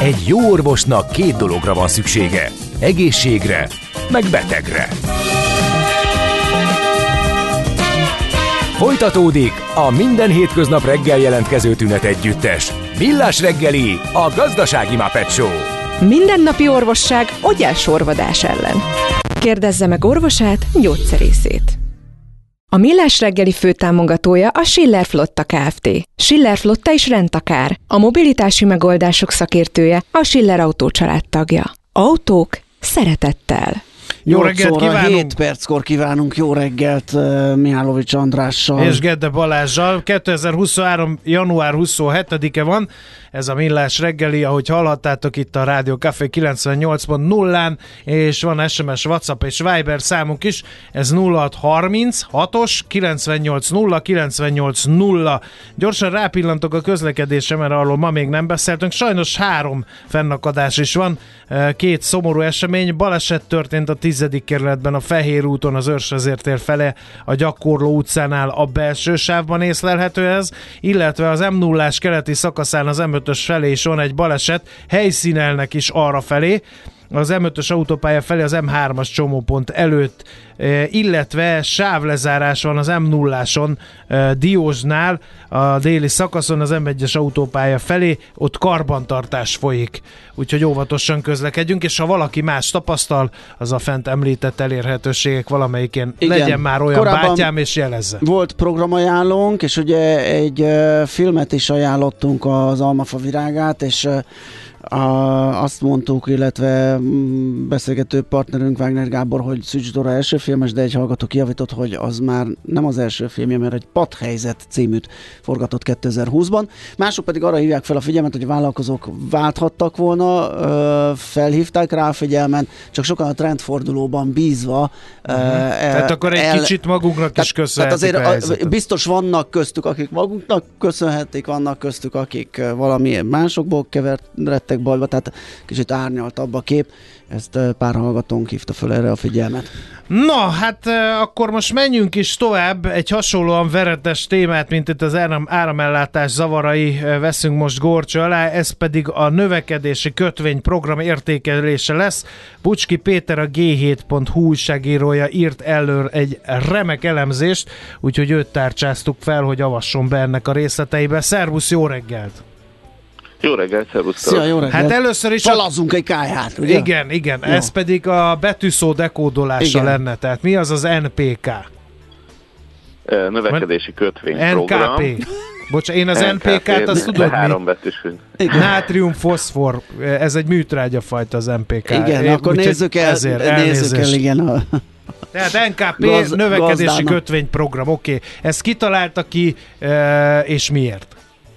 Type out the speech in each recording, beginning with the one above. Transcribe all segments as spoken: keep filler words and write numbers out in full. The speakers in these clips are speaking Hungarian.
Egy jó orvosnak két dologra van szüksége. Egészségre, meg betegre. Folytatódik a minden hétköznap reggel jelentkező tünet együttes. Millás reggeli, a gazdasági Muppet Show. Mindennapi orvosság ogyásorvadás ellen. Kérdezze meg orvosát, gyógyszerészét. A Millás reggeli főtámogatója a Schiller Flotta Kft. Schiller Flotta is rendtakár. A mobilitási megoldások szakértője, a Schiller Autó család tagja. Autók szeretettel. Jó reggelt kívánunk! hét perckor kívánunk jó reggelt uh, Mihálovics Andrással. És Gede Balázssal. kétezer-huszonhárom. január huszonhetedike van. Ez a Millás reggeli, ahogy hallhattátok itt a Rádió Café kilencvennyolc pont nullán, és van es em es, WhatsApp és Viber számunk is. Ez nulla hat harminc hatos kilencvennyolc nulla kilencvennyolc nulla. Gyorsan rápillantok a közlekedésre, mert arról ma még nem beszéltünk. Sajnos három fennakadás is van. Két szomorú esemény. Baleset történt a tizedik kerületben a Fehér úton az Őrsvezértér fele a Gyakorló utcánál a belső sávban észlelhető ez, illetve az em nullás keleti szakaszán az em ötös felé is van egy baleset, helyszínelnek is arra felé, az em ötös autópálya felé az em hármas csomópont előtt, illetve sávlezárás van az em nulláson Diósnál, a déli szakaszon az em egyes autópálya felé, ott karbantartás folyik, úgyhogy óvatosan közlekedjünk, és ha valaki más tapasztal, az a fent említett elérhetőségek valamelyikén igen, legyen már olyan bátyám, és jelezze. Volt programajánlónk, és ugye egy uh, filmet is ajánlottunk, az Almafa virágát, és uh, A, azt mondtuk, illetve beszélgető partnerünk Wagner Gábor, hogy Szűcs Dóra első filmes, de egy hallgató kijavított, hogy az már nem az első filmje, mert egy Padhelyzet címűt forgatott kétezer-húszban. Mások pedig arra hívják fel a figyelmet, hogy a vállalkozók válthattak volna, felhívták rá a figyelmen, csak sokan a trendfordulóban bízva. Uh-huh. El, tehát akkor egy el, kicsit magunknak tehát, is köszönhetik tehát azért a, biztos vannak köztük, akik magunknak köszönhetik, vannak köztük, akik valami másokból keveredtek bajba, tehát kicsit árnyaltabb a kép. Ezt pár hallgatónk hívta föl erre a figyelmet. Na, hát akkor most menjünk is tovább. Egy hasonlóan veretes témát, mint itt az áram, áramellátás zavarai veszünk most górcső alá, ez pedig a növekedési kötvényprogram értékelése lesz. Bucski Péter, a gé hét pont hú újságírója írt elől egy remek elemzést, úgyhogy őt tárcsáztuk fel, hogy avasson be ennek a részleteibe. Szervusz, jó reggelt! Jó reggelt, szervusztok! Szia, jó reggelt! Hát először is... Falazzunk egy kályhát, ugye? Igen, igen. Jó. Ez pedig a betűszó dekódolása igen. lenne. Tehát mi az az en pé ká? Növekedési kötvényprogram. en ká pé. Bocsánat, én az en pé ká-t azt tudod három mi? betűs. Nátrium, foszfor. Ez egy műtrágyafajta az en pé ká. Igen, é, akkor nézzük el, ezért, nézzük el, igen. A... Tehát en ká pé Gaz, növekedési gazdának. Kötvényprogram. Oké. Okay. Ezt kitalálta ki, és miért?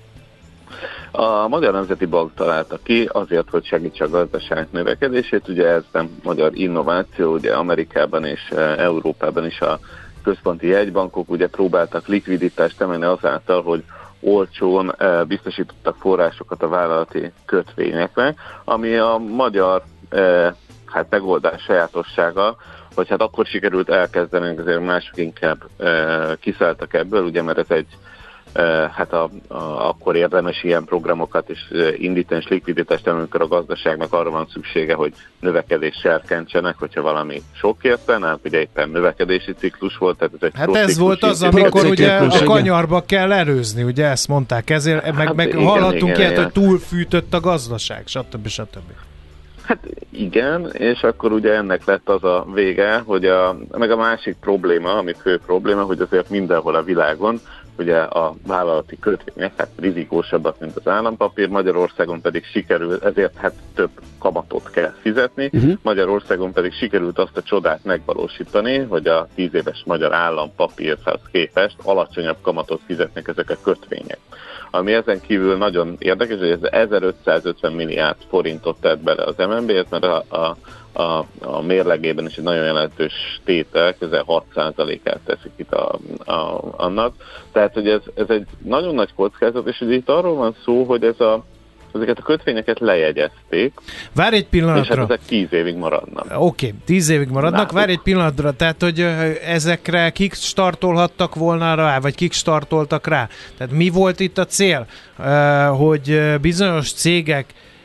A Magyar Nemzeti Bank találta ki azért, hogy segítse a gazdaság növekedését. Ugye ez nem magyar innováció, ugye Amerikában és Európában is a központi jegybankok ugye próbáltak likviditást emelni azáltal, hogy olcsón biztosítottak forrásokat a vállalati kötvényeknek, ami a magyar hát megoldás sajátossága, hogy hát akkor sikerült elkezdenünk, azért mások inkább kiszálltak ebből, ugye mert ez egy hát a, a, akkor érdemes ilyen programokat és indítani és likviditást, amikor a gazdaságnak arra van szüksége, hogy növekedést serkentsenek, hogyha valami sok érten, hát ugye éppen növekedési ciklus volt. Tehát ez egy hát ez volt az, amikor ugye a kanyarba kell erőzni, ugye ezt mondták, ezért hát meg, meg igen, hallottunk ilyet, hogy túlfűtött a gazdaság, stb. stb. Hát igen, és akkor ugye ennek lett az a vége, hogy a, meg a másik probléma, ami fő probléma, hogy azért mindenhol a világon ugye a vállalati kötvények hát rizikósabbak, mint az állampapír, Magyarországon pedig sikerült, ezért hát több kamatot kell fizetni, uh-huh. Magyarországon pedig sikerült azt a csodát megvalósítani, hogy a tíz éves magyar állampapírhoz képest alacsonyabb kamatot fizetnek ezek a kötvények. Ami ezen kívül nagyon érdekes, hogy ez ezerötszázötven milliárd forintot tett bele az em en bé, mert a, a, a, a mérlegében is egy nagyon jelentős tétel, közel hat százalékát teszik itt a, a, annak. Tehát, hogy ez, ez egy nagyon nagy kockázat, és ugye itt arról van szó, hogy ez a ezeket a kötvényeket lejegyezték. Várj egy pillanatra. És hát ezek tíz évig maradnak. Oké, okay, tíz évig maradnak. Látok. Várj egy pillanatra. Tehát, hogy ezekre kik startolhattak volna rá, vagy kik startoltak rá? Tehát mi volt itt a cél? Hogy bizonyos cégek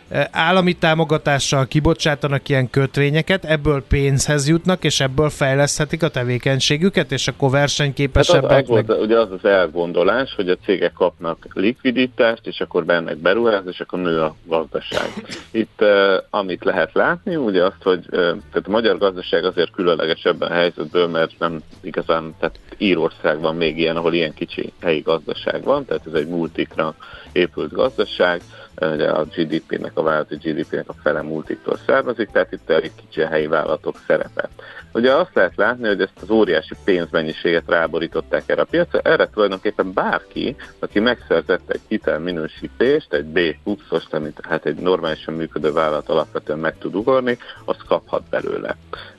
állami támogatással kibocsátanak ilyen kötvényeket, ebből pénzhez jutnak, és ebből fejleszthetik a tevékenységüket, és akkor versenyképesebbek. Hát az, meg... az, ugye az az elgondolás, hogy a cégek kapnak likviditást, és akkor bennek beruház, és akkor nő a gazdaság. Itt uh, amit lehet látni, ugye azt, hogy uh, tehát a magyar gazdaság azért különleges ebben a helyzetből, mert nem igazán, tehát Írország van még ilyen, ahol ilyen kicsi helyi gazdaság van, tehát ez egy multikra épült gazdaság, ugye a gé dé pének, a vállalati gé dé pének a fele multiktól származik, tehát itt elég kicsi a helyi vállalatok szerepe. Ugye azt lehet látni, hogy ezt az óriási pénzmennyiséget ráborították erre a piacra, erre tulajdonképpen bárki, aki megszerzett egy hitelminősítést, egy bé pluszos, amit hát egy normálisan működő vállalat alapvetően meg tud ugorni, azt kaphat belőle.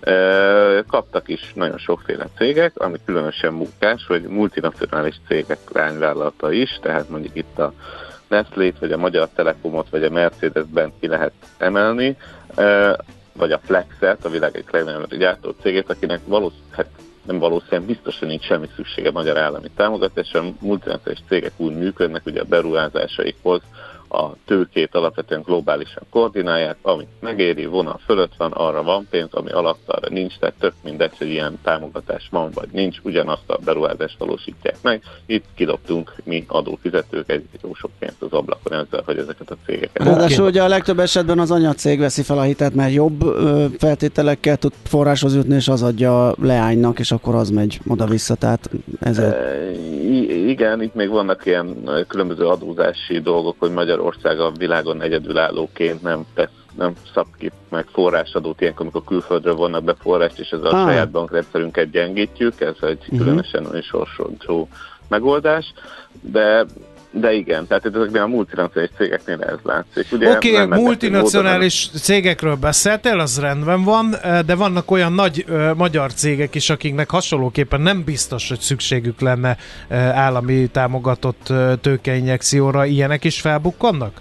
Kaptak is nagyon sokféle cégek, ami különösen munkás, hogy multinacionális cégek lányvállalata is, tehát mondjuk itt a Nestlét, vagy a Magyar Telekomot, vagy a Mercedes-Benz ki lehet emelni, vagy a Flexet, a világ egyik legnagyobb gyártó cégét, akinek valószínűleg, hát nem valószínűleg, biztos, hogy nincs semmi szüksége magyar állami támogatásra. A multinacionális cégek úgy működnek, ugye a beruházásaikhoz a tőkét alapvetően globálisan koordinálják, amit megéri, vonal fölött van, arra van pénz, ami alatt arra nincs, tehát tök mindegy, hogy ilyen támogatás van vagy nincs, ugyanazt a beruházást valósítják meg. Itt kidobtunk mi adófizetők egy jó sok pénzt az ablakon ezzel, hogy ezeket a cégeket. Ráadásul okay. Ugye a legtöbb esetben az anyacég veszi fel a hitet, mert jobb ö, feltételekkel tud forráshoz jutni, és az adja a leánynak, és akkor az megy oda-vissza, tehát ezért... E, igen, itt még vannak ilyen különböző adózási dolgok, hogy Magyarország a világon egyedülállóként nem tesz, nem szab ki meg forrásadót ilyenkor, amikor külföldről vonnak be forrást, és ezzel a ah. saját bankrendszerünket gyengítjük, ez egy uh-huh. különösen olyan sorsodó megoldás, de De igen, tehát ezekben a multinacionális cégeknél ez látszik. Oké, okay, multinacionális cégekről beszéltél, az rendben van, de vannak olyan nagy ö, magyar cégek is, akiknek hasonlóképpen nem biztos, hogy szükségük lenne ö, állami támogatott ö, tőkeinjekcióra. Ilyenek is felbukkannak?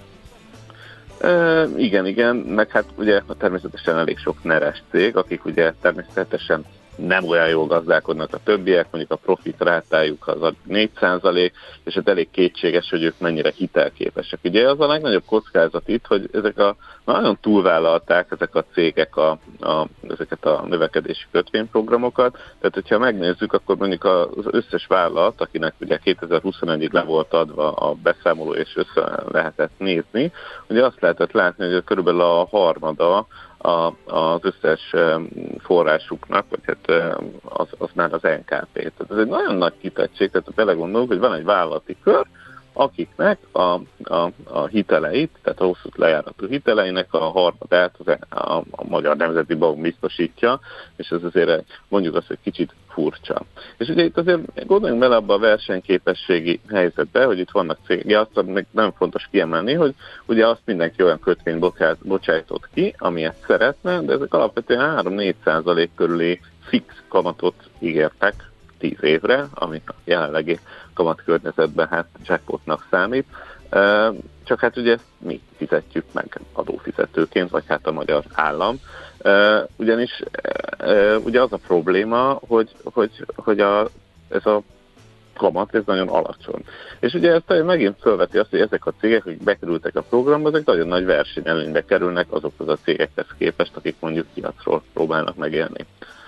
E, igen, igen, meg hát ugye természetesen elég sok neres cég, akik ugye természetesen nem olyan jól gazdálkodnak a többiek, mondjuk a profit rátájuk az a négy százalék, és hát elég kétséges, hogy ők mennyire hitelképesek. Ugye az a legnagyobb kockázat itt, hogy ezek a nagyon túlvállalták ezek a cégek a, a, ezeket a növekedési kötvényprogramokat, tehát hogyha megnézzük, akkor mondjuk az összes vállalat, akinek ugye kétezer-huszonegyig le volt adva a beszámoló, és össze lehetett nézni, ugye azt lehetett látni, hogy körülbelül a harmada A, az összes forrásuknak, vagy hát az, az már az en ká pé. Tehát ez egy nagyon nagy kitettség, tehát ha belegondolunk, hogy van egy vállalati kör, akiknek a, a, a hiteleit, tehát a hosszú lejáratú hiteleinek a harmadát az, a, a Magyar Nemzeti Bank biztosítja, és ez azért mondjuk azt, hogy kicsit furcsa. És ugye itt azért gondoljunk bele abba a versenyképességi helyzetbe, hogy itt vannak cégek, azt még nem fontos kiemelni, hogy ugye azt mindenki olyan kötvényt bocsájtott ki, amilyet szeretne, de ezek alapvetően három-négy százalék körüli fix kamatot ígértek tíz évre, ami a jelenlegi kamatkörnyezetben hát jackpotnak számít. Csak hát ugye ezt mi fizetjük meg adófizetőként, vagy hát a magyar állam. Ugyanis ugye az a probléma, hogy, hogy, hogy a, ez a kamat, ez nagyon alacsony. És ugye ezt megint felveti azt, hogy ezek a cégek, akik bekerültek a programba, ezek nagyon nagy versenyelőnybe kerülnek azokhoz a cégekhez képest, akik mondjuk piacról próbálnak megélni.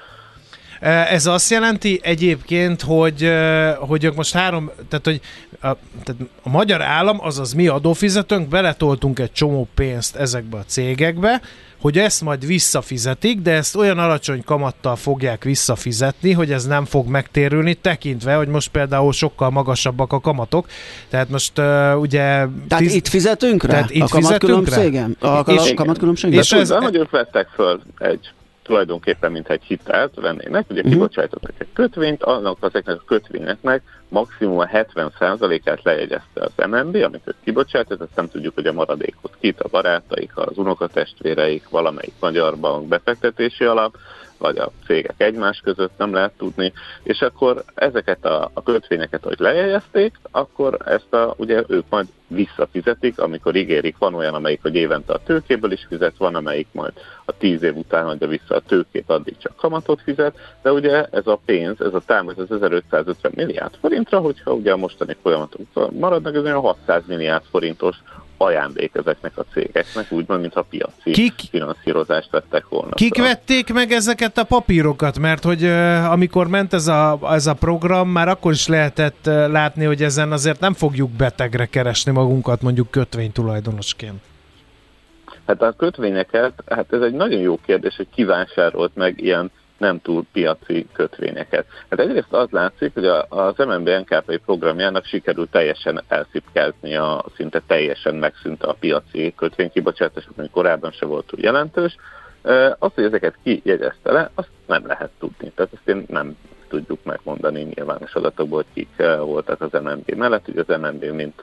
Ez azt jelenti egyébként, hogy, hogy ők most három, tehát hogy a, tehát a magyar állam, azaz mi adófizetőnk, beletoltunk egy csomó pénzt ezekbe a cégekbe, hogy ezt majd visszafizetik, de ezt olyan alacsony kamattal fogják visszafizetni, hogy ez nem fog megtérülni, tekintve, hogy most például sokkal magasabbak a kamatok. Tehát most uh, ugye... Tehát tiz... itt fizetünk rá? Tehát itt a kamatkülönbségen? A kamatkülönbségen? És ez... hogy ők vettek föl egy tulajdonképpen mint egy hitelt vennének, ugye uh-huh. kibocsátottak egy kötvényt, annak ezeknek a kötvényeknek maximum a hetven százalékát lejegyezte az em en bé, amit ők kibocsátott, ezt nem tudjuk, hogy a maradékot kit, a barátaik, az unokatestvéreik, valamelyik magyar bank befektetési alap, vagy a cégek egymás között, nem lehet tudni, és akkor ezeket a, a kötvényeket, hogy lejegyezték, akkor ezt a, ugye ők majd visszafizetik, amikor ígérik, van olyan, amelyik, hogy évente a tőkéből is fizet, van, amelyik majd a tíz év után adja vissza a tőkét, addig csak kamatot fizet, de ugye ez a pénz, ez a támogatás az ezerötszázötven milliárd forintra, hogyha ugye a mostani folyamatok maradnak, ez olyan hatszáz milliárd forintos ajándék ezeknek a cégeknek, úgymond, mintha piaci Kik, finanszírozást vettek volna. Kik vették meg ezeket a papírokat? Mert hogy uh, amikor ment ez a, ez a program, már akkor is lehetett uh, látni, hogy ezen azért nem fogjuk betegre keresni magunkat, mondjuk kötvénytulajdonosként. Hát a kötvényeket, hát ez egy nagyon jó kérdés, hogy ki vásárolt meg ilyen nem túl piaci kötvényeket. Hát egyrészt az látszik, hogy az em en bé en ká pé programjának sikerült teljesen elszipkázni, a, szinte teljesen megszűnt a piaci kötvénykibocsátás, ami korábban se volt túl jelentős. Azt, hogy ezeket ki jegyezte le, azt nem lehet tudni. Tehát ezt én nem tudjuk megmondani nyilvános adatokból, hogy kik voltak az em en bé mellett. Ugye az em en bé mint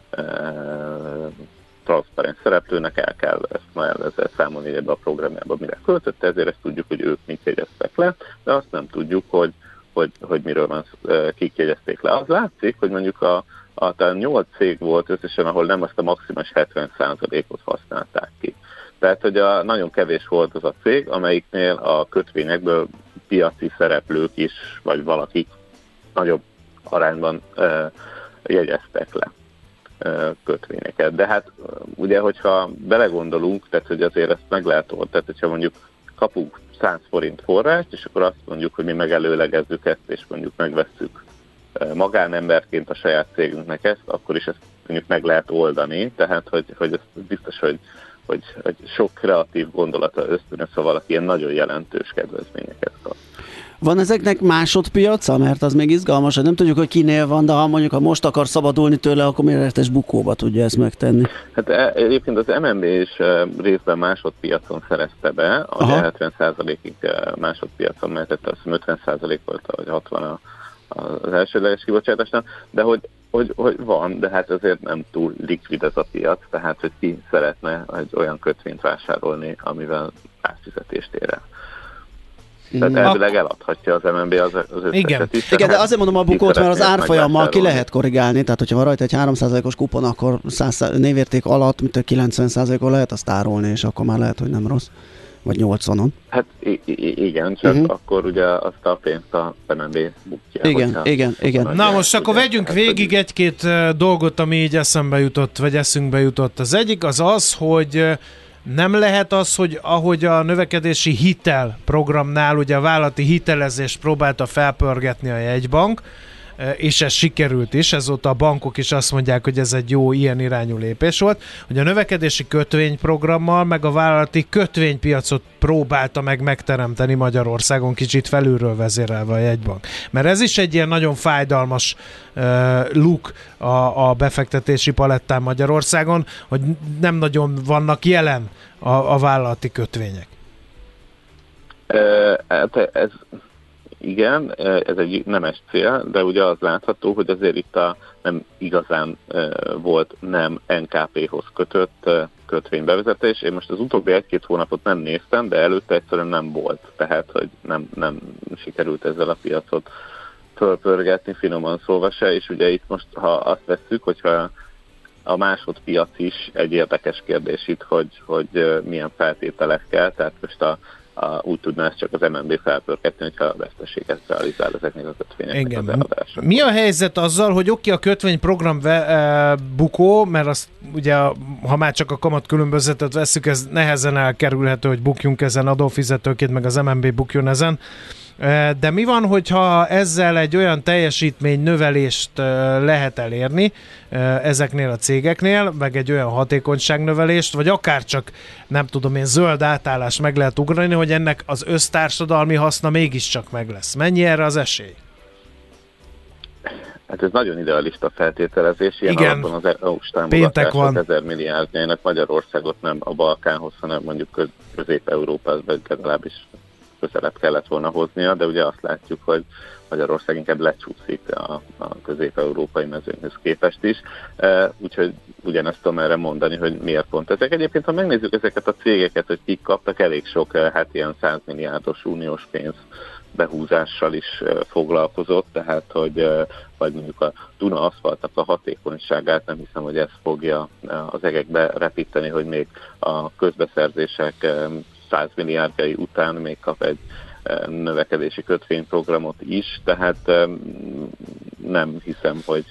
transzparens szereplőnek el kell ezt már ezzel számolni ebbe a programjába, mire költötte, ezért ezt tudjuk, hogy ők mit jegyeztek le, de azt nem tudjuk, hogy, hogy, hogy miről van, kik jegyezték le. Az látszik, hogy mondjuk a, a, a nyolc cég volt összesen, ahol nem azt a maximális hetven százalékot használták ki. Tehát, hogy a, nagyon kevés volt az a cég, amelyiknél a kötvényekből piaci szereplők is, vagy valakik nagyobb arányban e, jegyeztek le kötvényeket. De hát ugye, hogyha belegondolunk, tehát hogy azért ezt meg lehet oldani, tehát hogyha mondjuk kapunk száz forint forrást, és akkor azt mondjuk, hogy mi megelőlegezzük ezt, és mondjuk megvesszük magánemberként a saját cégünknek ezt, akkor is ezt mondjuk meg lehet oldani, tehát hogy, hogy ez biztos, hogy, hogy, hogy sok kreatív gondolata ösztönöz, ha valaki ilyen nagyon jelentős kedvezményeket kap. Van ezeknek másodpiaca? Mert az még izgalmas, hogy nem tudjuk, hogy kinél van, de ha mondjuk ha most akar szabadulni tőle, akkor méretes bukóba tudja ezt megtenni. Hát egyébként az em en bé is részben másodpiacon szerezte be, a hetven százalékig másodpiacon, mert azt hiszem ötven százalék volt, vagy hatvan az elsődleges kibocsátásnál, de hogy, hogy, hogy van, de hát azért nem túl likvid ez a piac, tehát hogy ki szeretne egy olyan kötvényt vásárolni, amivel átfizetést ér el. Tehát elvileg eladhatja az em en bé az, az összeset Igen. is. Igen, de azért mondom a bukót, mert az árfolyammal ki lehet korrigálni, tehát hogyha van rajta egy három százalékos kupon, akkor száz névérték alatt, mint a kilencven százalékon lehet azt tárolni, és akkor már lehet, hogy nem rossz. Vagy nyolcvanon. Hát i- i- igen, csak uh-huh. akkor ugye azt a pénzt a em en bé bukja. Igen, igen, igen. Na most akkor vegyünk végig egy-két dolgot, ami így eszembe jutott, vagy eszünkbe jutott. Az egyik az az, hogy nem lehet az, hogy ahogy a növekedési hitel programnál ugye a vállalati hitelezést próbálta felpörgetni a jegybank, és ez sikerült is, ezóta a bankok is azt mondják, hogy ez egy jó ilyen irányú lépés volt, hogy a növekedési kötvényprogrammal meg a vállalati kötvénypiacot próbálta meg megteremteni Magyarországon, kicsit felülről vezérelve a jegybank. Mert ez is egy ilyen nagyon fájdalmas uh, luk a, a befektetési palettán Magyarországon, hogy nem nagyon vannak jelen a, a vállalati kötvények. Uh, hát ez... Igen, ez egy nemes cél, de ugye az látható, hogy azért itt a nem igazán volt nem en ká péhoz kötött kötvénybevezetés. Én most az utóbbi egy-két hónapot nem néztem, de előtte egyszerűen nem volt. Tehát, hogy nem, nem sikerült ezzel a piacot fölpörgetni, finoman szólva se, és ugye itt most, ha azt vesszük, hogyha a másodpiac is egy érdekes kérdés itt, hogy, hogy milyen feltételekkel, tehát most a A, úgy tudná ezt csak az em en bé felpörgetni, hogyha a veszteséget realizál ezeknek a kötvényeknek Igen. az eladása. Mi a helyzet azzal, hogy oké, a kötvényprogram ve, e, bukó, mert azt ugye, ha már csak a kamat különbözetet veszük, ez nehezen elkerülhető, hogy bukjunk ezen adófizetőként, meg az em en bé bukjon ezen. De mi van, hogyha ezzel egy olyan teljesítmény növelést lehet elérni ezeknél a cégeknél, meg egy olyan hatékonyságnövelést, vagy akár csak, nem tudom én, zöld átállást meg lehet ugrani, hogy ennek az össztársadalmi haszna mégiscsak meg lesz. Mennyi erre az esély? Hát ez nagyon idealista feltételezés. Ilyen Igen, alapban az é u-s támogatások ezer milliárdjának Magyarországot nem a Balkánhoz, hanem mondjuk Közép-Európához, vagy legalábbis közelebb kellett volna hoznia, de ugye azt látjuk, hogy Magyarország inkább lecsúszik a, a közép-európai mezőnyhöz képest is. E, úgyhogy ugyanezt tudom erre mondani, hogy miért pont ezek. Egyébként, ha megnézzük ezeket a cégeket, hogy kik kaptak, elég sok, hát ilyen száz milliárdos uniós pénz behúzással is foglalkozott, tehát, hogy vagy mondjuk a Duna aszfaltnak a hatékonyságát, nem hiszem, hogy ez fogja az egekbe repíteni, hogy még a közbeszerzések száz milliárdjai után még kap egy növekedési kötvényprogramot is, tehát nem hiszem, hogy,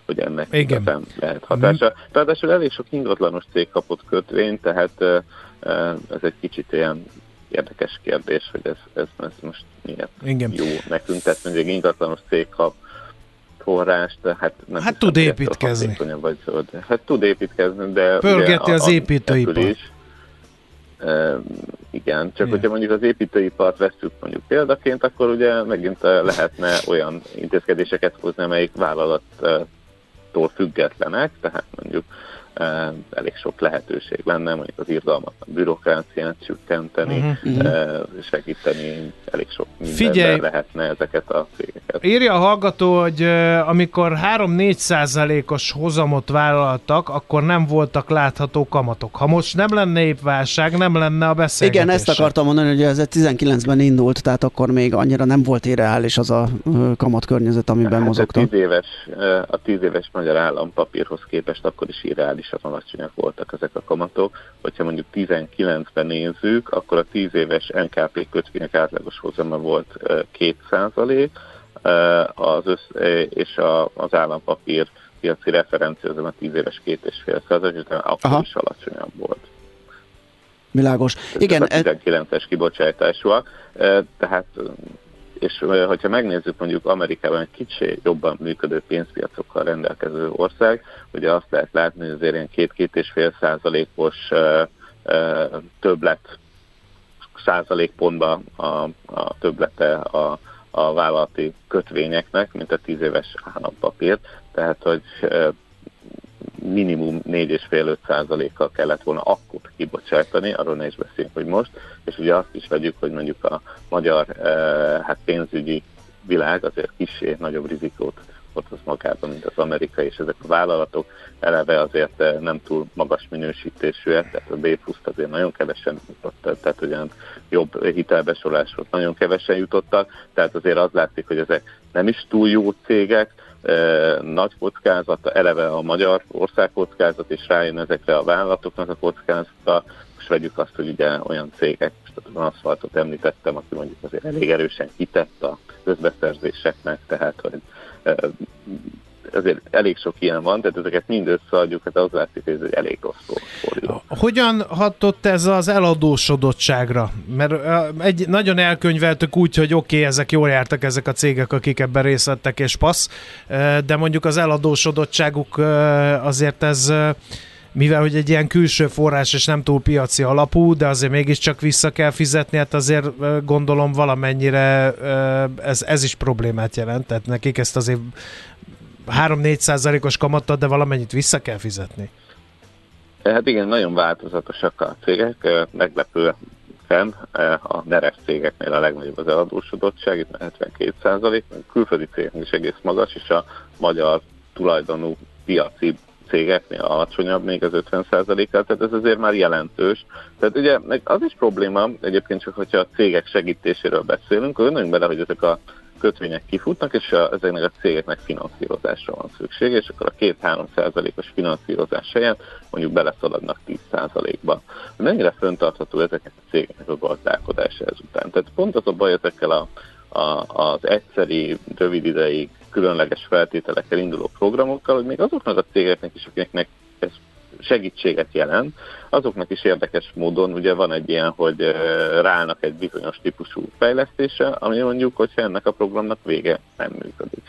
hogy ennek igen. igazán lehet hatása. Mm. Ráadásul elég sok ingatlanos cég kapott kötvényt, tehát ez egy kicsit ilyen érdekes kérdés, hogy ez, ez, ez most miért igen. jó nekünk. Tehát mondjuk egy ingatlanos cég kap forrást, hát nem hát tud építkezni. Vagy, hát tud építkezni, de pörgeti az építőipar. Is, e, igen, csak igen. hogyha mondjuk az építőipart vesszük mondjuk példaként, akkor ugye megint lehetne olyan intézkedéseket hozni, amelyik vállalattól függetlenek, tehát mondjuk elég sok lehetőség lenne, mondjuk az irodalmat, a bürokráciát csökkenteni, uh-huh. segíteni, elég sok mindenben lehetne ezeket a cégeket. Írja a hallgató, hogy amikor három-négy százalékos hozamot vállaltak, akkor nem voltak látható kamatok. Ha most nem lenne épp válság, nem lenne a beszélgetés. Igen, ezt akartam mondani, hogy ez tizenkilencben indult, tehát akkor még annyira nem volt irreális az a kamat környezet, amiben hát mozogtak. A tíz éves, a tíz éves magyar állampapírhoz képest akkor is irreális alacsonyak voltak ezek a kamatok. Hogyha mondjuk tizenkilencben nézzük, akkor a tíz éves en ká pé kötvények átlagos hozama volt két százalék, az össz, és a, az állampapír piaci referencia az a tíz éves két egész öt százalék, akkor Aha. is alacsonyabb volt. Világos. Tehát igen. A tizenkilences kibocsátásúak, tehát és hogyha megnézzük mondjuk Amerikában egy kicsi jobban működő pénzpiacokkal rendelkező ország, ugye azt lehet látni, hogy azért ilyen két-két és fél százalékos többlet százalékpontban a, a többlete a, a vállalati kötvényeknek, mint a tíz éves állampapír, tehát hogy minimum négy és fél-öt százalékkal kellett volna akkor kibocsátani, arról ne is beszéljünk, hogy most, és ugye azt is vegyük, hogy mondjuk a magyar eh, hát pénzügyi világ azért kissé nagyobb rizikót hordoz magában, mint az amerikai, és ezek a vállalatok eleve azért eh, nem túl magas minősítésűek, tehát a B pluszt azért nagyon kevesen jutottak, tehát ugyan jobb hitelbesoroláshoz nagyon kevesen jutottak, tehát azért az látszik, hogy ezek nem is túl jó cégek, nagy kockázata, eleve a magyar országkockázat, és rájön ezekre a vállalatoknak a kockázata. Most vegyük azt, hogy ugye olyan cégek, most az aszfaltot említettem, aki mondjuk azért elég erősen kitett a közbeszerzéseknek, tehát hogy azért elég sok ilyen van, tehát ezeket mind összeadjuk, hát az látszik, hogy ez egy elég rossz portfólió. Hogyan hatott ez az eladósodottságra? Mert egy, nagyon elkönyveltük úgy, hogy oké, okay, ezek jól jártak ezek a cégek, akik ebben részt vettek, és passz, de mondjuk az eladósodottságuk azért ez, mivel hogy egy ilyen külső forrás és nem túl piaci alapú, de azért mégiscsak vissza kell fizetni, hát azért gondolom valamennyire ez, ez is problémát jelent, tehát nekik ezt azért három-négy százalékos kamattal, de valamennyit vissza kell fizetni. Hát igen, nagyon változatosak a cégek, meglepően a neres cégeknél a legnagyobb az eladósodottság, itt hetvenkét százalék, a külföldi cégeknél is egész magas, és a magyar tulajdonú piaci cégeknél alacsonyabb még az ötven százalékkal, tehát ez azért már jelentős. Tehát ugye az is probléma, egyébként csak hogyha a cégek segítéséről beszélünk, gondoljunk bele, hogy ezek a kötvények kifutnak, és a, ezeknek a cégeknek finanszírozásra van szükség, és akkor a két-három százalékos finanszírozás helyett mondjuk beleszaladnak tíz százalékba. Mennyire fenntartható ezeket a cégeknek a gazdálkodása ezután? Tehát pont az a baj ezekkel a, a, az egyszeri, rövid ideig különleges feltételekkel induló programokkal, hogy még azoknak a cégeknek is, akiknek ez segítséget jelent, azoknak is érdekes módon ugye van egy ilyen, hogy ráállnak egy bizonyos típusú fejlesztése, ami mondjuk, hogyha ennek a programnak vége nem működik.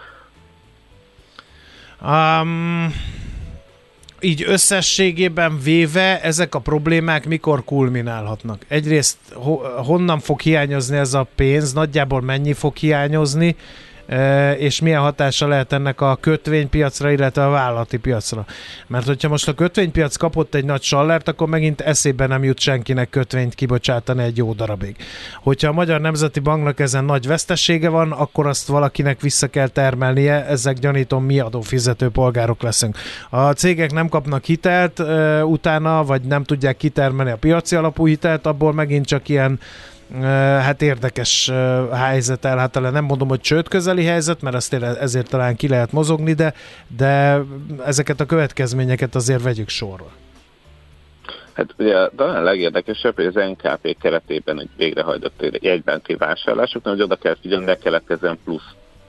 Um, így összességében véve ezek a problémák mikor kulminálhatnak? Egyrészt ho- honnan fog hiányozni ez a pénz, nagyjából mennyi fog hiányozni, és milyen hatása lehet ennek a kötvénypiacra, illetve a vállalati piacra. Mert hogyha most a kötvénypiac kapott egy nagy sallert, akkor megint eszébe nem jut senkinek kötvényt kibocsátani egy jó darabig. Hogyha a Magyar Nemzeti Banknak ezen nagy vesztesége van, akkor azt valakinek vissza kell termelnie, ezek gyanítom mi adófizető polgárok leszünk. A cégek nem kapnak hitelt utána, vagy nem tudják kitermelni a piaci alapú hitelt, abból megint csak ilyen hát érdekes helyzet el, hát nem mondom, hogy csőd közeli helyzet, mert ezt ezért talán ki lehet mozogni, de, de ezeket a következményeket azért vegyük sorra. Hát ugye talán a legérdekesebb, hogy az en ká pé keretében egy végrehajtott jegybánki vásárlásoknál, hogy oda kell figyelni, ne keletkezzen plusz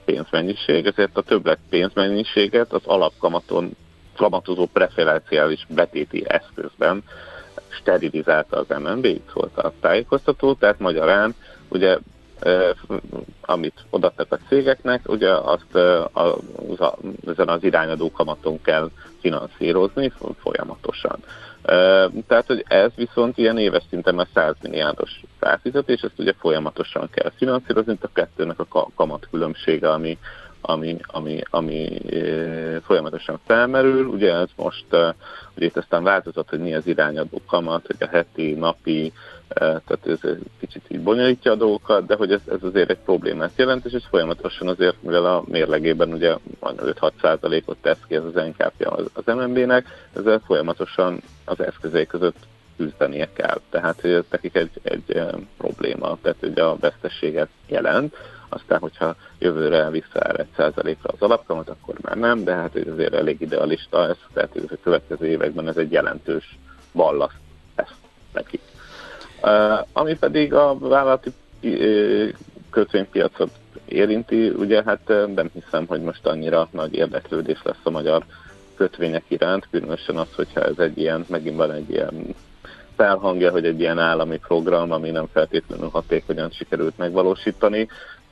pénzmennyiség, ezért a többlet pénzmennyiséget az alapkamaton kamatozó preferenciális betéti eszközben sterilizálta az em en bé, itt volt a tájékoztató, tehát magyarán ugye eh, amit odaadtak a cégeknek, ugye azt eh, az, az, ezen az irányadó kamaton kell finanszírozni folyamatosan. Eh, tehát, hogy ez viszont ilyen éves szinten már száz milliárdos felfizetés, ezt ugye folyamatosan kell finanszírozni, mint a kettőnek a kamat különbsége, ami ami, ami, ami e, folyamatosan felmerül. Ugye ez most, e, ugye itt aztán változott, hogy mi az irányadó kamat, hogy a heti, napi, e, tehát ez kicsit így bonyolítja a dolgokat, de hogy ez, ez azért egy problémát jelent, és ez folyamatosan azért, mivel a mérlegében ugye öt-hat százalékot tesz ki ez az en ká pé az, az em en bé-nek, ezzel folyamatosan az eszközei között küzdenie kell. Tehát hogy ez nekik egy, egy e, probléma, tehát ugye a veszteséget jelent. Aztán, hogyha jövőre visszaáll egy százalékra az alapkamat, akkor már nem, de hát ez azért elég idealista ez, tehát ez a következő években ez egy jelentős ballaszt lesz nekik. Uh, ami pedig a vállalati uh, kötvénypiacot érinti, ugye hát nem hiszem, hogy most annyira nagy érdeklődés lesz a magyar kötvények iránt, különösen az, hogyha ez egy ilyen, megint van egy ilyen felhangja, hogy egy ilyen állami program, ami nem feltétlenül hatékonyan sikerült megvalósítani.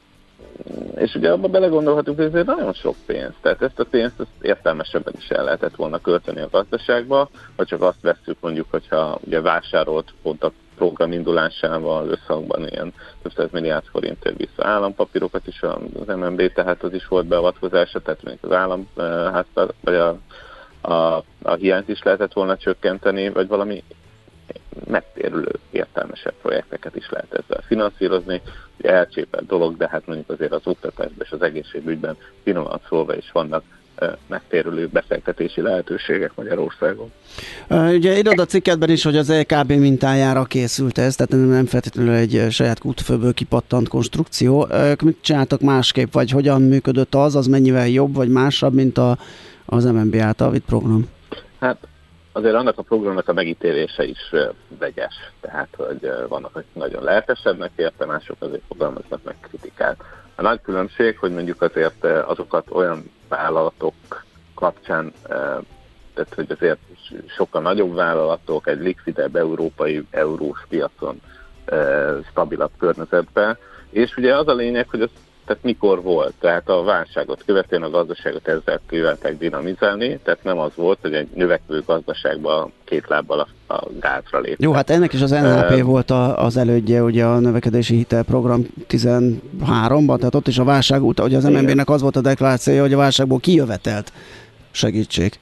És ugye abban belegondolhatunk, hogy ez nagyon sok pénz. Tehát ezt a pénzt ezt értelmesebben is el lehetett volna költeni a gazdaságba, vagy csak azt vesszük mondjuk, hogyha ugye vásárolt pont a program indulásával összhangban ilyen több száz milliárd forintért vissza állampapírokat is az em en bé, tehát az is volt beavatkozása, tehát még az államháztal, vagy a, a, a hiányt is lehetett volna csökkenteni, vagy valami megtérülő, értelmesebb projekteket is lehet ezzel finanszírozni. Ugye elcsépelt dolog, de hát mondjuk azért az oktatásban és az egészségügyben finoman szólva is vannak megtérülő befektetési lehetőségek Magyarországon. Ugye írod a cikketben is, hogy az é ká bé mintájára készült ez, tehát nem feltétlenül egy saját kútfőből kipattant konstrukció. Mit csináltak másképp, vagy hogyan működött az, az mennyivel jobb, vagy másabb, mint a, az em en bé által vitt program? Hát azért annak a programnak a megítélése is vegyes, tehát hogy vannak, akik nagyon lelkesednek érte, mások azért fogalmaznak meg kritikát. A nagy különbség, hogy mondjuk azért azokat olyan vállalatok kapcsán, tehát hogy azért sokkal nagyobb vállalatok egy likvidebb európai eurós piacon stabilabb környezetben, és ugye az a lényeg, hogy az tehát mikor volt, tehát a válságot követően a gazdaságot ezzel kívánták dinamizálni, tehát nem az volt, hogy egy növekvő gazdaságban két lábbal a, a gázra léptek. Jó, hát ennek is az en há pé uh, volt a, az elődje, ugye a növekedési hitelprogram tizenháromban, tehát ott is a válság után, hogy az em en bé-nek az volt a deklarációja, hogy a válságból kijövetelt segítség.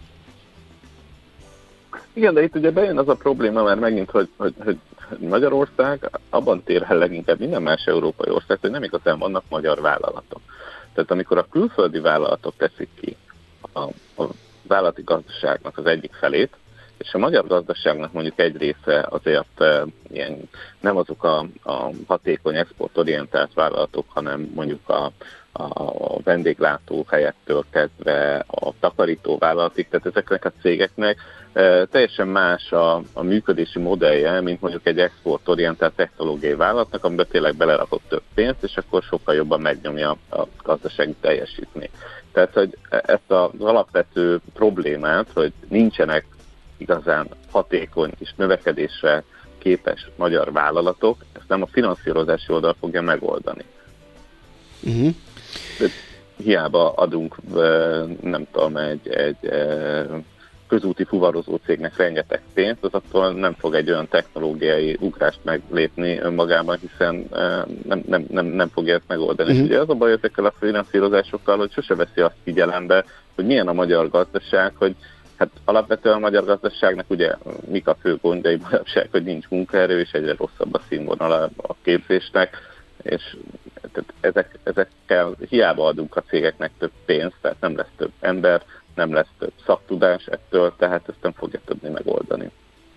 Igen, de itt ugye bejön az a probléma már megint, hogy, hogy, hogy Magyarország abban tér el leginkább minden más európai ország, hogy nem igazán vannak magyar vállalatok. Tehát amikor a külföldi vállalatok teszik ki a, a vállalati gazdaságnak az egyik felét, és a magyar gazdaságnak mondjuk egy része azért e, ilyen, nem azok a, a hatékony exportorientált vállalatok, hanem mondjuk a, a vendéglátó helyettől kezdve a takarító vállalatig, tehát ezeknek a cégeknek e, teljesen más a, a működési modellje, mint mondjuk egy exportorientált technológiai vállalatnak, amiben tényleg belerakott több pénzt, és akkor sokkal jobban megnyomja a gazdasági teljesítményt. Tehát, hogy ezt az alapvető problémát, hogy nincsenek igazán hatékony és növekedésre képes magyar vállalatok, ezt nem a finanszírozási oldal fogja megoldani. Uh-huh. Hiába adunk, nem tudom, egy, egy közúti fuvarozó cégnek rengeteg pénzt, az attól nem fog egy olyan technológiai ugrást meglépni önmagában, hiszen nem, nem, nem, nem fogja ezt megoldani. Uh-huh. És ugye az a baj ezekkel a finanszírozásokkal, hogy sose veszi azt figyelembe, hogy milyen a magyar gazdaság, hogy hát alapvetően a magyar gazdaságnak ugye mik a fő gondjai, manapság, hogy nincs munkaerő, és egyre rosszabb a színvonal a képzésnek, és ezek, ezekkel hiába adunk a cégeknek több pénzt, tehát nem lesz több ember, nem lesz több szaktudás ettől, tehát ezt nem fogja tudni megoldani.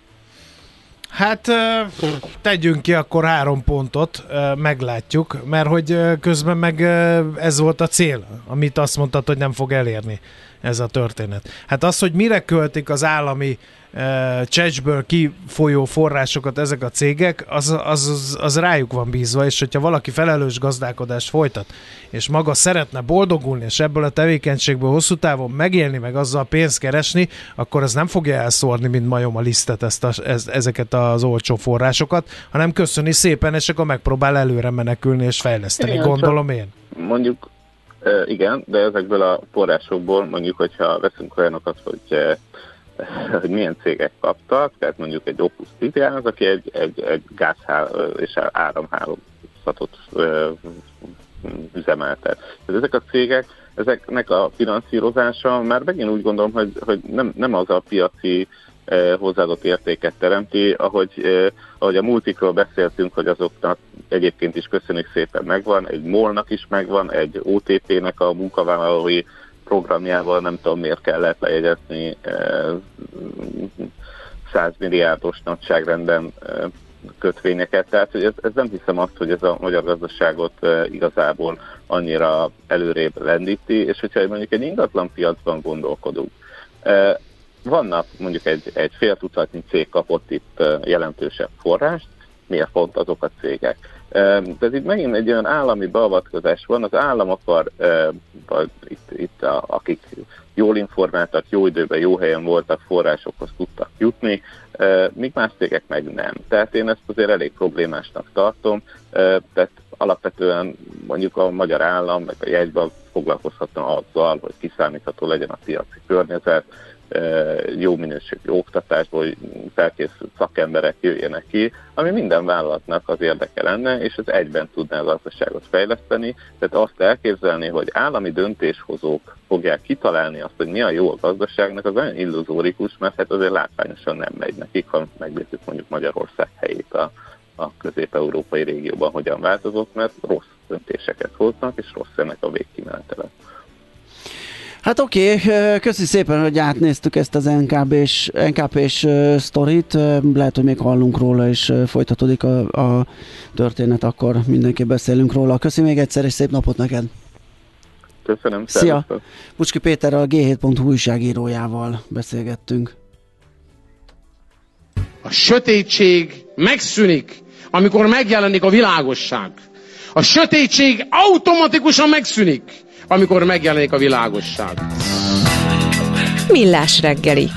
Hát tegyünk ki akkor három pontot, meglátjuk, mert hogy közben meg ez volt a cél, amit azt mondtad, hogy nem fog elérni ez a történet. Hát az, hogy mire költik az állami csecsből kifolyó forrásokat ezek a cégek, az, az, az, az rájuk van bízva, és hogyha valaki felelős gazdálkodást folytat, és maga szeretne boldogulni, és ebből a tevékenységből hosszú távon megélni, meg azzal pénzt keresni, akkor ez nem fogja elszórni, mint majom a lisztet ezt a, ez, ezeket az olcsó forrásokat, hanem köszöni szépen, és akkor megpróbál előre menekülni és fejleszteni, igen, gondolom én. Mondjuk igen, de ezekből a forrásokból mondjuk, hogyha veszünk olyanokat, hogy hogy milyen cégek kaptak, tehát mondjuk egy Opus Titan, az, aki egy, egy, egy gázhál és áramhálózatot üzemeltet. Tehát ezek a cégek, ezeknek a finanszírozása már megint úgy gondolom, hogy, hogy nem, nem az a piaci eh, hozzáadott értéket teremti, ahogy, eh, ahogy a multikról beszéltünk, hogy azoknak egyébként is köszönjük szépen megvan, egy MOL-nak is megvan, egy o té pé-nek a munkavállalói programjával nem tudom miért kellett lejegyezni száz milliárdos nagyságrenden kötvényeket. Tehát hogy ez, ez nem hiszem azt, hogy ez a magyar gazdaságot igazából annyira előrébb lendíti, és hogyha mondjuk egy ingatlan piacban gondolkodunk, vannak mondjuk egy, egy fél tucatnyi cég kapott itt jelentősebb forrást, miért pont azok a cégek. De itt megint egy olyan állami beavatkozás van, az állam akar, vagy itt, itt a, akik jól informáltak, jó időben, jó helyen voltak, forrásokhoz tudtak jutni, míg más cégek meg nem. Tehát én ezt azért elég problémásnak tartom, tehát alapvetően mondjuk a magyar állam, meg a jegyben foglalkozhatna azzal, hogy kiszámítható legyen a piaci környezet, jó minőségű oktatásból felkészült szakemberek jöjjenek ki, ami minden vállalatnak az érdeke lenne, és ez egyben tudná a gazdaságot fejleszteni. Tehát azt elképzelni, hogy állami döntéshozók fogják kitalálni azt, hogy mi a jó a gazdaságnak, az olyan illuzórikus, mert hát azért látványosan nem megy nekik, ha megnézzük mondjuk Magyarország helyét a, a közép-európai régióban, hogyan változott, mert rossz döntéseket hoznak, és rossz ennek a végkimenetele. Hát oké, okay. Köszi szépen, hogy átnéztük ezt az en ká bé-s, en ká pé-s sztorit, lehet, hogy még hallunk róla, és folytatódik a, a történet, akkor mindenképp beszélünk róla. Köszi még egyszer, és szép napot neked! Köszönöm, szia! Szervusztok. Bucski Péterrel, a gé hét pont hu újságírójával beszélgettünk. A sötétség megszűnik, amikor megjelenik a világosság. A sötétség automatikusan megszűnik, amikor megjelenik a világosság. Millás reggeli.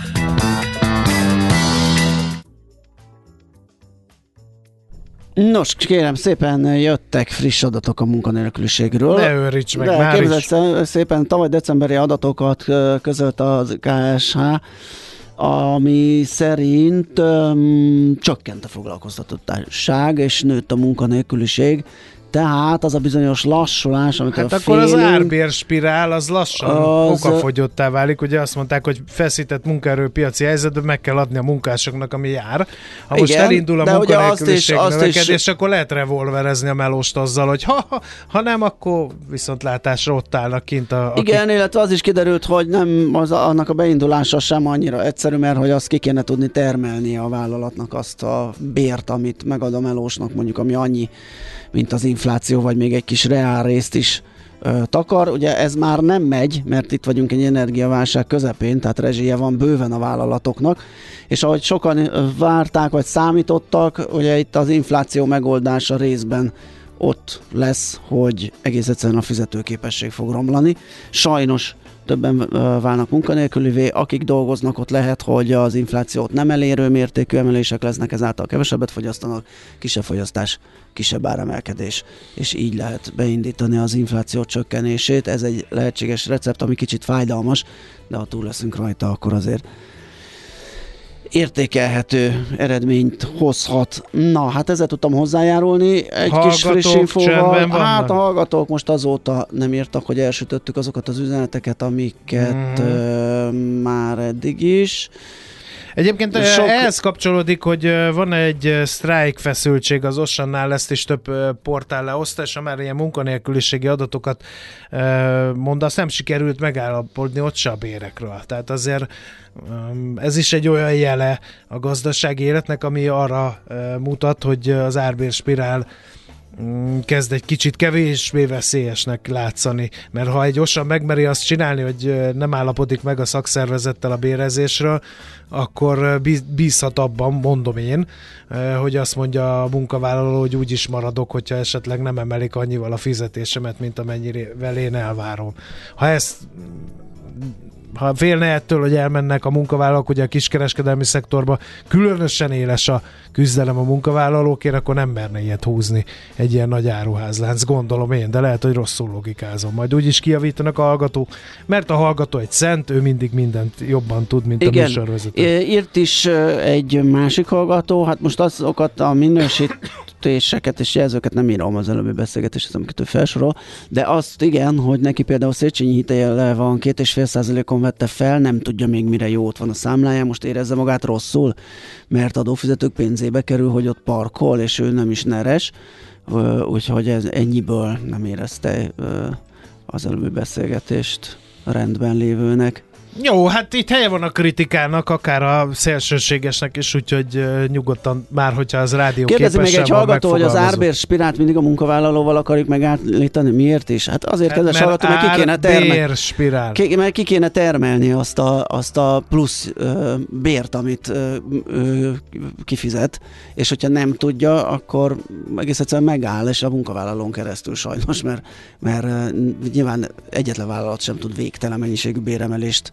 Nos, kérem szépen, jöttek friss adatok a munkanélküliségről. Ne őríts meg, de már is. Szépen tavaly decemberi adatokat közölt az ká es há, ami szerint um, csökkent a foglalkoztatottság, és nőtt a munkanélküliség. Tehát az a bizonyos lassulás, amit hát a akkor félünk, az árbérspirál az lassan az okafogyottá válik. Ugye azt mondták, hogy feszített munkaerőpiaci helyzetben meg kell adni a munkásoknak, ami jár. Ha igen, most elindul a munkanélküliség növekedés, akkor lehet revolverezni a melóst azzal, hogy ha, ha, ha nem, akkor viszontlátásra ott állnak kint a... Akik... Igen, illetve az is kiderült, hogy nem az, annak a beindulása sem annyira egyszerű, mert hogy azt ki kéne tudni termelni a vállalatnak azt a bért, amit megad a melósnak, mondjuk ami annyi, mint az infláció, vagy még egy kis reál részt is ö, takar. Ugye ez már nem megy, mert itt vagyunk egy energiaválság közepén, tehát rezsije van bőven a vállalatoknak, és ahogy sokan várták, vagy számítottak, ugye itt az infláció megoldása részben ott lesz, hogy egész egyszerűen a fizetőképesség fog romlani. Sajnos többen válnak munkanélkülivé, akik dolgoznak, ott lehet, hogy az inflációt nem elérő mértékű emelések lesznek, ezáltal kevesebbet fogyasztanak, kisebb fogyasztás, kisebb áremelkedés, és így lehet beindítani az infláció csökkenését. Ez egy lehetséges recept, ami kicsit fájdalmas, de ha túl leszünk rajta, akkor azért értékelhető eredményt hozhat. Na, hát ezzel tudtam hozzájárulni. Egy hallgatók kis friss infóval. Hát a hallgatók most azóta nem írtak, hogy elsütöttük azokat az üzeneteket, amiket mm. uh, már eddig is. Egyébként Sok... ehhez kapcsolódik, hogy van egy sztrájk feszültség az Ossannál, ezt is több portál lehozta, és ha már ilyen munkanélküliségi adatokat mondasz, nem sikerült megállapodni ott se a bérekről. Tehát azért ez is egy olyan jele a gazdasági életnek, ami arra mutat, hogy az árbérspirál kezd egy kicsit kevésbé veszélyesnek látszani, mert ha egy osan megmeri azt csinálni, hogy nem állapodik meg a szakszervezettel a bérezésről, akkor bízhat abban, mondom én, hogy azt mondja a munkavállaló, hogy úgy is maradok, hogyha esetleg nem emelik annyival a fizetésemet, mint amennyivel én elvárom. Ha ezt ha félne ettől, hogy elmennek a munkavállalók, ugye a kiskereskedelmi szektorban különösen éles a küzdelem a munkavállalókért, akkor nem merne ilyet húzni egy ilyen nagy áruházlánc, gondolom én, de lehet, hogy rosszul logikázom. Majd úgyis kijavítanak a hallgatók, mert a hallgató egy szent, ő mindig mindent jobban tud, mint igen, a műsorvezető. Írt is egy másik hallgató, hát most azokat a minősítéseket és jelzőket nem írom az előbbi beszélgetéshez, amiket ő felsorol, de azt igen, hogy neki például Széchenyi hitele van, két és fél százalékon vette fel, nem tudja még mire jó, ott van a számlája, most érezze magát rosszul, mert adófizetők pénzébe kerül, hogy ott parkol, és ő nem is neres, úgyhogy ez ennyiből nem érezte az előbbi beszélgetést rendben lévőnek. Jó, hát itt helye van a kritikának, akár a szélsőségesnek is, úgyhogy uh, nyugodtan már, hogyha az rádió képesen van. Kérdezi még egy hallgató, hogy az árbér spirált mindig a munkavállalóval akarjuk megállítani. Miért is? Hát azért, hát, kedves hallgató, mert ki kéne, termel... ki, mert ki kéne termelni azt a, azt a plusz uh, bért, amit uh, uh, kifizet, és hogyha nem tudja, akkor egész egyszerűen megáll, és a munkavállalón keresztül sajnos, mert, mert uh, nyilván egyetlen vállalat sem tud végtelen mennyiségű béremelést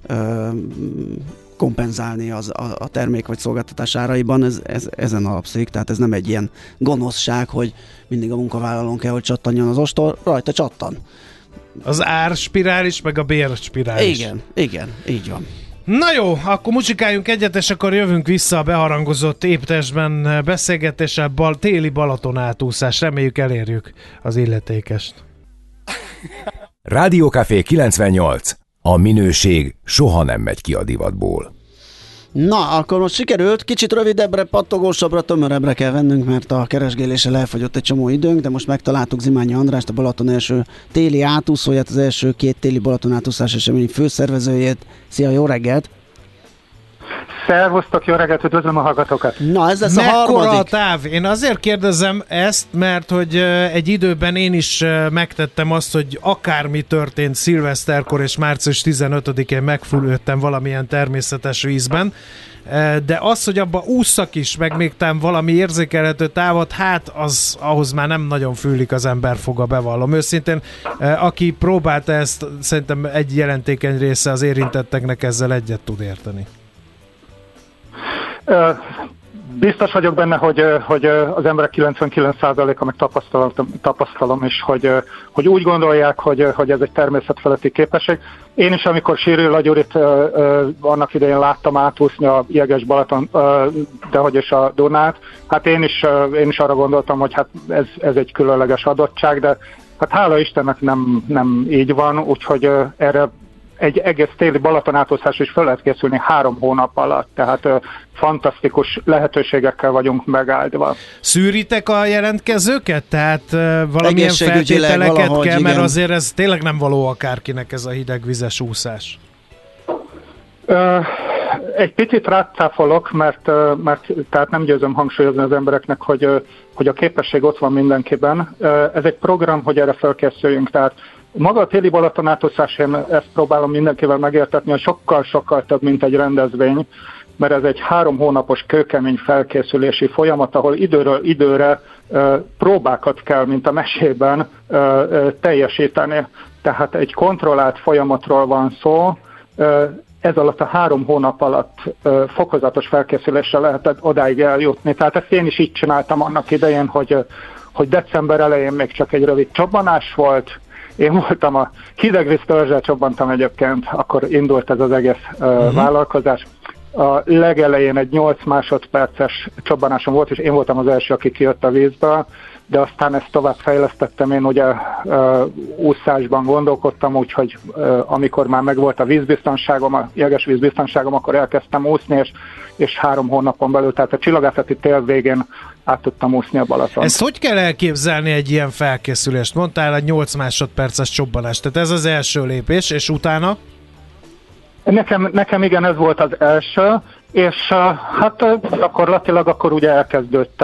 kompenzálni az, a, a termék vagy szolgáltatás áraiban, ez, ez, ezen alapszik, tehát ez nem egy ilyen gonoszság, hogy mindig a munkavállalón kell, hogy csattanjon az ostor, rajta csattan. Az árspirális, meg a bérspirális. Igen, igen, így van. Na jó, akkor muzsikáljunk egyet, és akkor jövünk vissza a beharangozott éptestben beszélgetéssel, bal, téli Balaton átúszás, reméljük elérjük az illetékest. Rádiókafé kilencvennyolc. A minőség soha nem megy ki a divatból. Na, akkor most sikerült, kicsit rövidebbre, pattogósabbra, tömörebbre kell vennünk, mert a keresgéléssel elfogyott egy csomó időnk, de most megtaláltuk Zimányi Andrást, a Balaton első téli átúszóját, az első két téli Balaton átúszás esemény főszervezőjét. Szia, jó reggelt! Szervusztok, jó reggelt, üdvözlöm a hallgatókat! Na, ez lesz a harmadik. Mekkora a táv? Én azért kérdezem ezt, mert hogy egy időben én is megtettem azt, hogy akármi történt szilveszterkor és március tizenötödikén megfülöttem valamilyen természetes vízben, de az, hogy abba ússzak is, meg még tám valami érzékelhető távot, hát az ahhoz már nem nagyon fűlik az ember foga, bevallom. Őszintén, aki próbálta ezt, szerintem egy jelentékeny része az érintetteknek ezzel egyet tud érteni. Biztos vagyok benne, hogy, hogy az emberek kilencvenkilenc százaléka meg tapasztalom, tapasztalom és hogy, hogy úgy gondolják, hogy, hogy ez egy természetfeletti képesség. Én is, amikor Sírő Lagyurit annak idején láttam átúszni a jeges Balaton, de hogy is a Dunát, hát én is, én is arra gondoltam, hogy hát ez, ez egy különleges adottság, de hát hála Istennek nem, nem így van, úgyhogy erre egy egész téli Balaton átúszás is fel lehet készülni három hónap alatt, tehát ö, fantasztikus lehetőségekkel vagyunk megáldva. Szűritek a jelentkezőket? Tehát ö, valamilyen feltételeket valahogy, kell, mert igen. Azért ez tényleg nem való akárkinek ez a hidegvizes úszás. Ö, egy picit rácáfolok, mert, mert tehát nem győzöm hangsúlyozni az embereknek, hogy, hogy a képesség ott van mindenkiben. Ez egy program, hogy erre felkészüljünk, tehát maga a téli Balaton átúszás, én ezt próbálom mindenkivel megértetni, hogy sokkal-sokkal több, mint egy rendezvény, mert ez egy három hónapos kőkemény felkészülési folyamat, ahol időről időre uh, próbákat kell, mint a mesében uh, uh, teljesíteni. Tehát egy kontrollált folyamatról van szó, uh, ez alatt a három hónap alatt uh, fokozatos felkészüléssel lehetett odáig eljutni. Tehát ezt én is így csináltam annak idején, hogy, uh, hogy december elején még csak egy rövid csobbanás volt. Én voltam a hidegvíz törzsel, csobbantam egyébként, akkor indult ez az egész uh, uh-huh. vállalkozás. A legelején egy nyolc másodperces csobbanásom volt, és én voltam az első, aki kijött a vízből, de aztán ezt tovább fejlesztettem, én ugye uh, úszásban gondolkodtam, úgyhogy uh, amikor már megvolt a vízbiztonságom, a jeges vízbiztonságom, akkor elkezdtem úszni, és, és három hónapon belül, tehát a csillagászati tél végén át tudtam úszni a Balaton. Ezt hogy kell elképzelni egy ilyen felkészülést? Mondtál egy nyolc másodperces csobbanást, tehát ez az első lépés, és utána? Nekem, nekem igen, ez volt az első, és uh, hát uh, gyakorlatilag akkor ugye elkezdődtek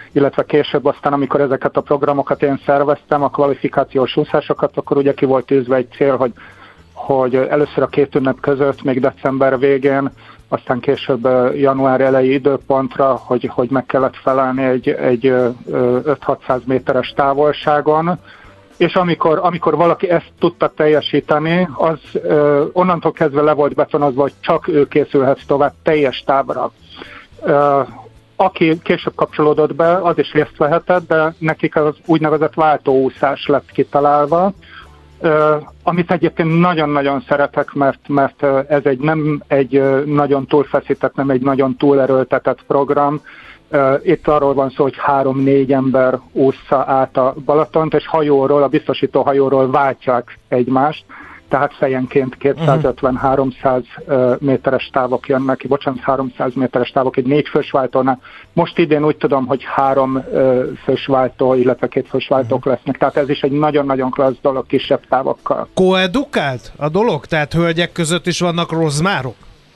illetve később aztán, amikor ezeket a programokat én szerveztem, a kvalifikációs úszásokat, akkor ugye ki volt tűzve egy cél, hogy, hogy először a két ünnep között, még december végén, aztán később január elejé időpontra, hogy, hogy meg kellett felelni egy, egy öt-hatszáz méteres távolságon, és amikor, amikor valaki ezt tudta teljesíteni, az ö, onnantól kezdve le volt betonozva, hogy csak ő készülhet tovább teljes távra. Ö, aki később kapcsolódott be, az is részt vehetett, de nekik az úgynevezett váltóúszás lett kitalálva, ö, amit egyébként nagyon-nagyon szeretek, mert, mert ez egy nem egy nagyon túlfeszített, nem egy nagyon túlerőltetett program. Itt arról van szó, hogy három-négy ember ússza át a Balatont, és hajóról, a biztosító hajóról váltják egymást, tehát fejenként kétszázötven-háromszáz méteres távok jönnek ki, bocsánat, háromszáz méteres távok egy négy fős váltónál. Most idén úgy tudom, hogy három fős váltó, illetve két fős váltók lesznek, tehát ez is egy nagyon-nagyon klassz dolog kisebb távokkal. Koedukált a dolog? Tehát hölgyek között is vannak rozmárok?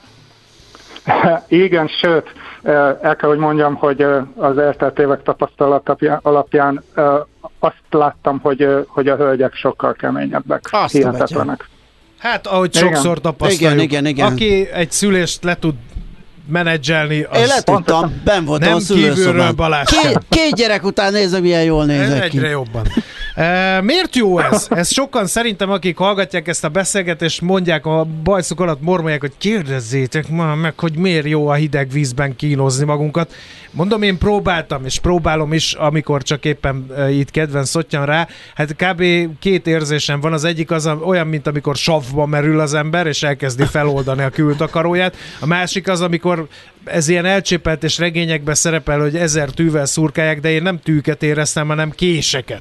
Igen, sőt, el kell, hogy mondjam, hogy az eltelt évek tapasztalat alapján azt láttam, hogy, hogy a hölgyek sokkal keményebbek, azt hihetetlenek. Hát, ahogy igen. sokszor tapasztaljuk, igen, igen, igen. aki egy szülést le tud menedzselni, az... Én letudtam, benn voltam a szülőszobán. Két, két gyerek után nézem, milyen jól nézek ki. Egyre jobban. E, miért jó ez? Ez sokan szerintem, akik hallgatják ezt a beszélgetést, mondják a bajszuk alatt, mormolják, hogy kérdezzétek ma meg, hogy miért jó a hideg vízben kínozni magunkat. Mondom, én próbáltam, és próbálom is, amikor csak éppen e, itt kedvenc szottyan rá. Hát kb. Két érzésem van. Az egyik az a, olyan, mint amikor savba merül az ember, és elkezdi feloldani a kültakaróját. A másik az, amikor ez ilyen elcsépelt és regényekben szerepel, hogy ezer tűvel szurkálják, de én nem tűket éreztem, hanem késeket.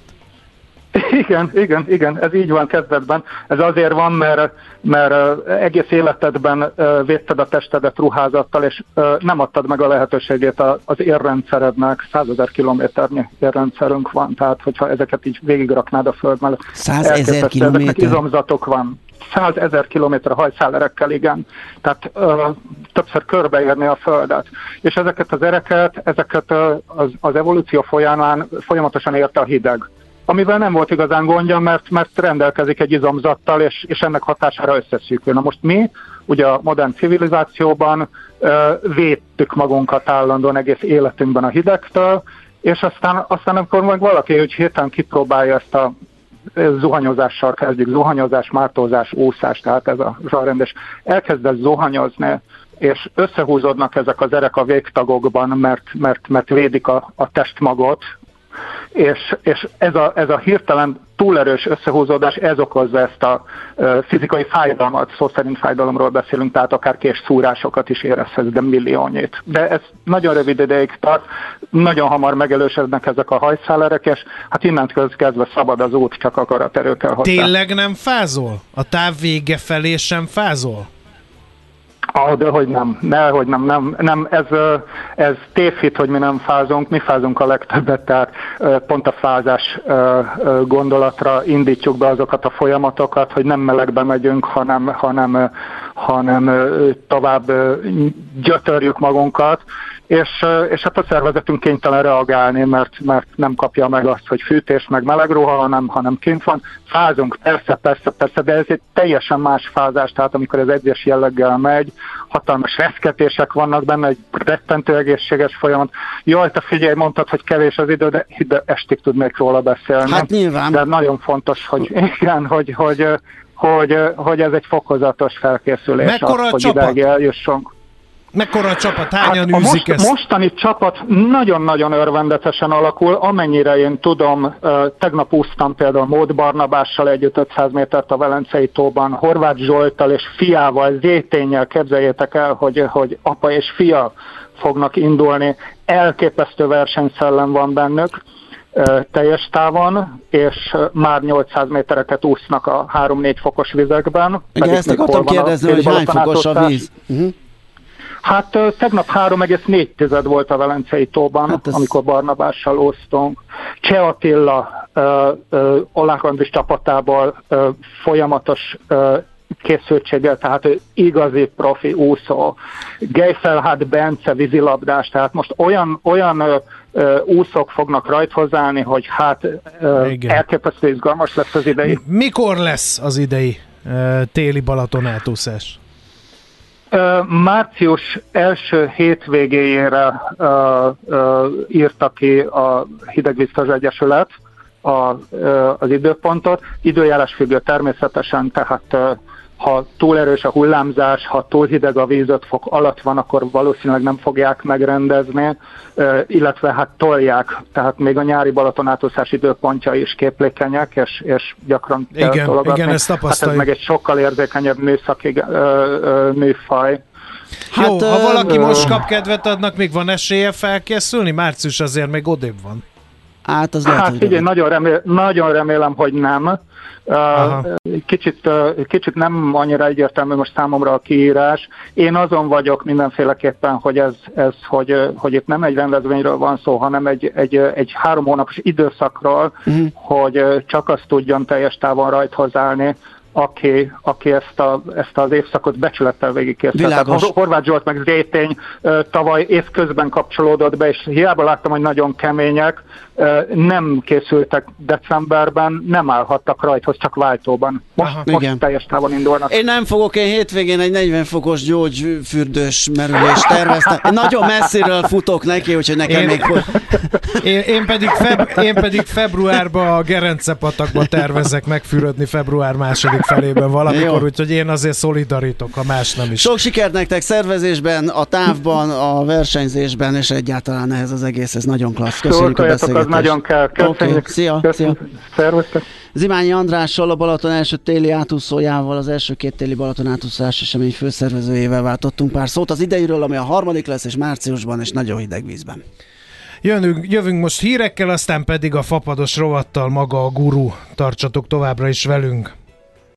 Igen, igen, igen, ez így van kezdetben. Ez azért van, mert, mert egész életedben védted a testedet ruházattal, és nem adtad meg a lehetőségét az érrendszerednek. Százezer kilométernyi érrendszerünk van, tehát hogyha ezeket így végigraknád a föld mellett. Százezer kilométer? Ezeknek izomzatok van. Százezer kilométer hajszálerekkel, igen. Tehát ö, többször körbeérni a Földet. És ezeket az ereket, ezeket ö, az, az evolúció folyamán folyamatosan érte a hideg. Amivel nem volt igazán gondja, mert, mert rendelkezik egy izomzattal, és, és ennek hatására összeszűkül. Na most mi, ugye a modern civilizációban ö, védtük magunkat állandóan egész életünkben a hidegtől, és aztán, aztán amikor meg valaki, hogy hirtelen kipróbálja ezt a zuhanyozással kezdjük, zuhanyozás, mártózás, úszás, tehát ez a zsarrendes. Elkezdesz zuhanyozni, és összehúzódnak ezek az erek a végtagokban, mert, mert, mert védik a, a testmagot, és, és ez, a, ez a hirtelen túlerős összehúzódás, ez okozza ezt a uh, fizikai fájdalmat, szó szerint fájdalomról beszélünk, tehát akár késszúrásokat is érezhetsz, de milliónyit. De ez nagyon rövid ideig tart, nagyon hamar megelősödnek ezek a hajszálerek, és hát innentől kezdve szabad az út, csak akaraterő kell hozzá. Tényleg nem fázol? A táv vége felé sem fázol? Ah, de hogy nem, nehogy nem, nem, nem ez, ez tévhit, hogy mi nem fázunk, mi fázunk a legtöbbet, tehát pont a fázás gondolatra indítjuk be azokat a folyamatokat, hogy nem melegbe megyünk, hanem, hanem, hanem tovább gyötörjük magunkat, és, és hát a szervezetünk kénytelen reagálni, mert, mert nem kapja meg azt, hogy fűtés, meg meleg ruha, hanem, hanem kint van. Fázunk, persze, persze, persze, de ez egy teljesen más fázás, tehát amikor ez egyes jelleggel megy, hatalmas reszketések vannak benne, egy rettentő egészséges folyamat. Jaj, te figyelj, mondtad, hogy kevés az idő, de, de estig tudnék róla beszélni. Hát nyilván. De nagyon fontos, hogy igen, hogy, hogy, hogy, hogy ez egy fokozatos felkészülés. Mekkora az, a csapat? Hogy eljussunk. Mekkora a csapat? Hányan hát űzik most, ezt? Mostani csapat nagyon-nagyon örvendetesen alakul, amennyire én tudom, tegnap úsztam például Mód Barnabással együtt ötszáz métert a Velencei tóban, Horváth Zsolttal és fiával, Zéténnyel, képzeljétek el, hogy, hogy apa és fia fognak indulni, elképesztő versenyszellem van bennük teljes távon, és már nyolcszáz métereket úsznak a három-négy fokos vizekben. Igen, ezt akartam kérdezni, hogy hány fokos a víz? Uh-huh. Hát tegnap három egész négy tized volt a Velencei tóban, hát ez... amikor Barnabással úsztunk. Cseh Attila, uh, uh, Oláh Andris csapatából uh, folyamatos uh, készültséggel, tehát ő igazi profi úszó. Geifelhád Bence vízilabdás, tehát most olyan, olyan ö, ö, úszók fognak rajthoz állni, hogy hát ö, elképesztő izgalmas lesz az idei. Mikor lesz az idei ö, téli Balaton átúszás? Március első hétvégéjére uh, uh, írta ki a Hidegvíztaz Egyesület a, uh, az időpontot. Időjárás függő természetesen, tehát uh, ha túl erős a hullámzás, ha túl hideg a víz öt fok alatt van, akkor valószínűleg nem fogják megrendezni, uh, illetve hát tolják, tehát még a nyári Balaton átúszás időpontja is képlékenyek, és, és gyakran kell igen, tologatni. Igen, ezt tapasztaljuk. Hát ez meg egy sokkal érzékenyebb műszaki uh, uh, műfaj. Hát, Jó, ha valaki ö... most kap kedvet, adnak még van esélye felkészülni? Március azért még odébb van. Hát, az hát lehet, figyelj, nagyon, remél, nagyon remélem, hogy nem. Uh, kicsit, uh, kicsit nem annyira egyértelmű most számomra a kiírás. Én azon vagyok mindenféleképpen, hogy ez, ez hogy, hogy itt nem egy rendezvényről van szó, hanem egy, egy, egy három hónapos időszakról, uh-huh. hogy csak azt tudjon teljes távon rajthoz állni, aki, aki ezt, a, ezt az évszakot becsülettel végigkészített. Horváth Zsolt meg Zétény tavaly évközben kapcsolódott be, és hiába láttam, hogy nagyon kemények, nem készültek decemberben, nem állhattak rajthoz, csak váltóban. Most, most teljes távon indulnak. Én nem fogok, én hétvégén egy negyven fokos gyógyfürdős merülést terveztem. Én nagyon messziről futok neki, úgyhogy nekem én, még... én, én, pedig feb, én pedig februárban a Gerence-patakba tervezek megfürödni február második felében valamikor, úgyhogy én azért szolidarítok, ha más nem is. Sok sikert nektek szervezésben, a távban, a versenyzésben, és egyáltalán ehhez az egész, ez nagyon klassz. Köszönjük a beszélgetést. Az nagyon kell. Köszönjük. Okay. Szia, Köszönjük. szia. Szervusztok. Zimányi Andrással, a Balaton első téli átúszójával, az első két téli Balaton átúszás esemény főszervezőjével váltottunk pár szót az idejéről, ami a harmadik lesz, és márciusban, és nagyon hideg vízben. Jövünk, jövünk most hírekkel, aztán pedig a fapados rovattal maga a guru. Tartsatok továbbra is velünk.